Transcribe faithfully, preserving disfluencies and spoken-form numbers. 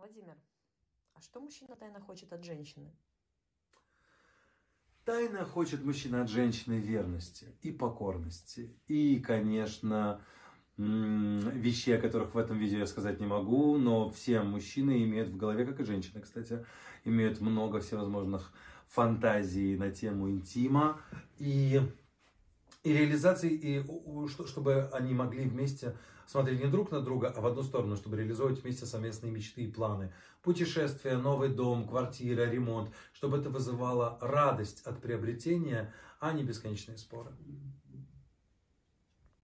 Владимир, а что мужчина тайно хочет от женщины? Тайно хочет мужчина от женщины верности и покорности. И, конечно, вещей, о которых в этом видео я сказать не могу, но все мужчины имеют в голове, как и женщины, кстати, имеют много всевозможных фантазий на тему интима и, и реализации, и чтобы они могли вместе смотреть не друг на друга, а в одну сторону, чтобы реализовать вместе совместные мечты и планы. Путешествия, новый дом, квартира, ремонт, чтобы это вызывало радость от приобретения, а не бесконечные споры.